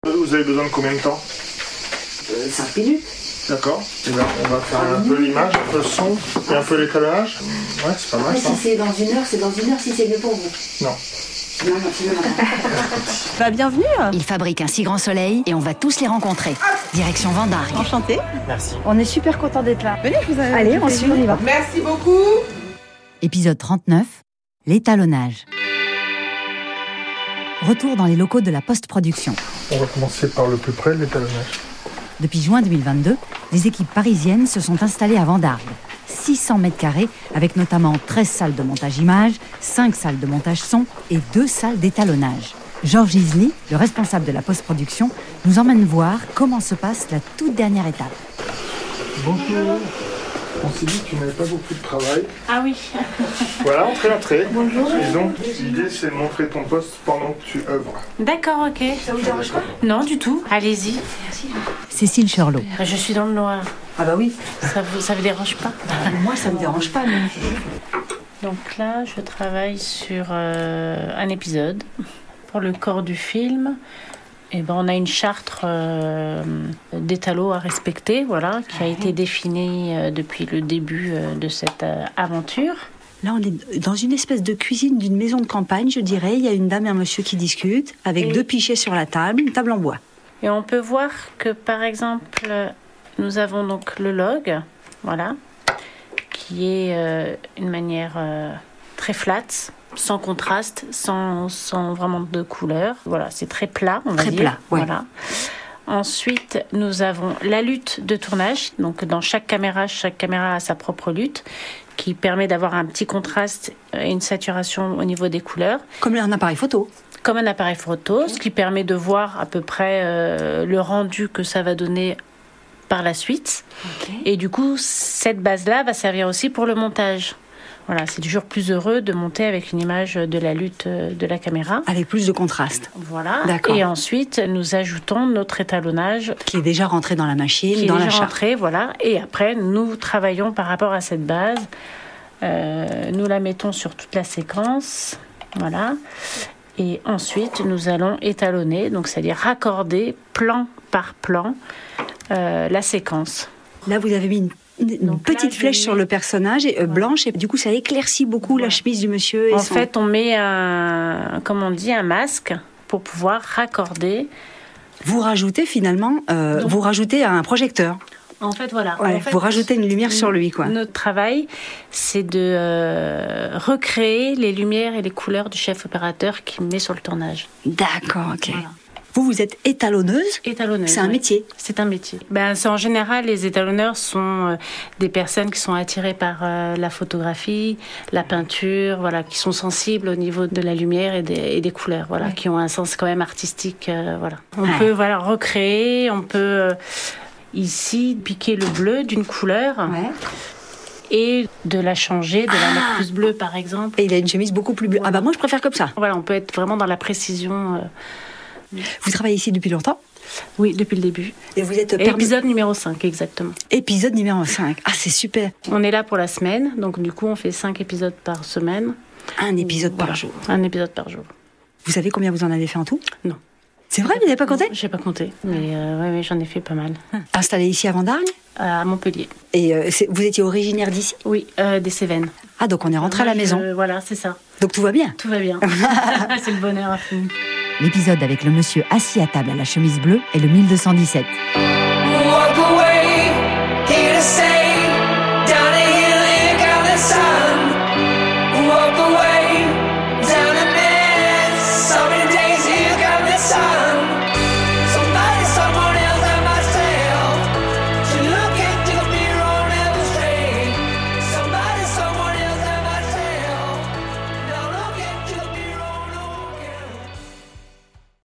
Vous avez besoin de combien de temps 5 minutes. D'accord. Et bien, on va faire un peu l'image, un peu le son et un peu l'étalonnage. Ouais, c'est pas mal. Si c'est dans une heure, c'est dans une heure si c'est mieux pour vous. Non. Non, c'est mieux maintenant. Bah, bienvenue. Ils fabriquent un si grand soleil et on va tous les rencontrer. Direction Vendargue. Enchantée. Merci. On est super contents d'être là. Venez, je vous ai... Allez, on y va. Merci beaucoup. Épisode 39, l'étalonnage. Retour dans les locaux de la post-production. On va commencer par le plus près, l'étalonnage. Depuis juin 2022, les équipes parisiennes se sont installées à Vendargue. 600 mètres carrés, avec notamment 13 salles de montage image, 5 salles de montage son et 2 salles d'étalonnage. Georges Isly, le responsable de la post-production, nous emmène voir comment se passe la toute dernière étape. Bonjour. On s'est dit que tu n'avais pas beaucoup de travail. Ah oui. Voilà, entrée. Bonjour. Et donc, l'idée, c'est de montrer ton poste pendant que tu œuvres. D'accord, ok. Ça vous dérange pas? Non, du tout. Allez-y. Cécile Cherlot. Je suis dans le noir. Ah bah oui. Ça vous dérange pas? Moi, ça me dérange pas, mais... Donc là, je travaille sur un épisode pour le corps du film. Et ben, on a une charte d'étalot à respecter, voilà, qui a été définie depuis le début de cette aventure. Là, on est dans une espèce de cuisine d'une maison de campagne, je dirais. Il y a une dame et un monsieur qui discutent, avec 2 pichets sur la table, une table en bois. Et on peut voir que, par exemple, nous avons donc le log, voilà, qui est une manière très flat, sans contraste, sans vraiment de couleur. Voilà, c'est très plat, on va dire. Très plat, ouais. Voilà. Ensuite, nous avons la lutte de tournage. Donc, dans chaque caméra a sa propre lutte, qui permet d'avoir un petit contraste et une saturation au niveau des couleurs. Comme un appareil photo. Comme un appareil photo, ce qui permet de voir à peu près le rendu que ça va donner par la suite. Okay. Et du coup, cette base-là va servir aussi pour le montage. Voilà, c'est toujours plus heureux de monter avec une image de la lutte de la caméra. Avec plus de contraste. Voilà. D'accord. Et ensuite, nous ajoutons notre étalonnage. Qui est déjà rentré dans la machine, dans la charte. Qui est déjà rentré, voilà. Et après, nous travaillons par rapport à cette base. Nous la mettons sur toute la séquence. Voilà. Et ensuite, nous allons étalonner, donc c'est-à-dire raccorder plan par plan la séquence. Là, vous avez mis une petite flèche sur le personnage blanche, et du coup, ça éclaircit beaucoup la chemise du monsieur. En fait, on met un masque pour pouvoir raccorder. Vous rajoutez finalement, vous rajoutez un projecteur. En fait, voilà. Ouais, vous rajoutez une lumière sur lui, quoi. Notre travail, c'est de recréer les lumières et les couleurs du chef opérateur qui met sur le tournage. D'accord, ok. Voilà. Vous êtes étalonneuse. Étalonneuse. C'est un métier. C'est un métier. En général, les étalonneurs sont des personnes qui sont attirées par la photographie, la peinture, voilà, qui sont sensibles au niveau de la lumière et des couleurs, voilà, qui ont un sens quand même artistique, voilà. On peut, recréer, on peut ici piquer le bleu d'une couleur. Ouais. Et de la changer, de la mettre plus bleue, par exemple. Et il a une chemise beaucoup plus bleue. Voilà. Ah bah moi, je préfère comme ça. Voilà, on peut être vraiment dans la précision. Vous travaillez ici depuis longtemps ? Oui, depuis le début. Et vous êtes épisode numéro 5, exactement. Épisode numéro 5. Ah, c'est super. On est là pour la semaine, donc du coup, on fait 5 épisodes par semaine. Un épisode par jour. Un épisode par jour. Vous savez combien vous en avez fait en tout ? Non. C'est vrai, vous n'avez pas compté ? J'ai pas compté, mais ouais, j'en ai fait pas mal. Installé ici à Vendargue ? À Montpellier. Et vous étiez originaire d'ici ? Oui, des Cévennes. Ah, donc on est rentré à la maison. Voilà, c'est ça. Donc tout va bien ? Tout va bien. C'est le bonheur infini. L'épisode avec le monsieur assis à table à la chemise bleue est le 1217.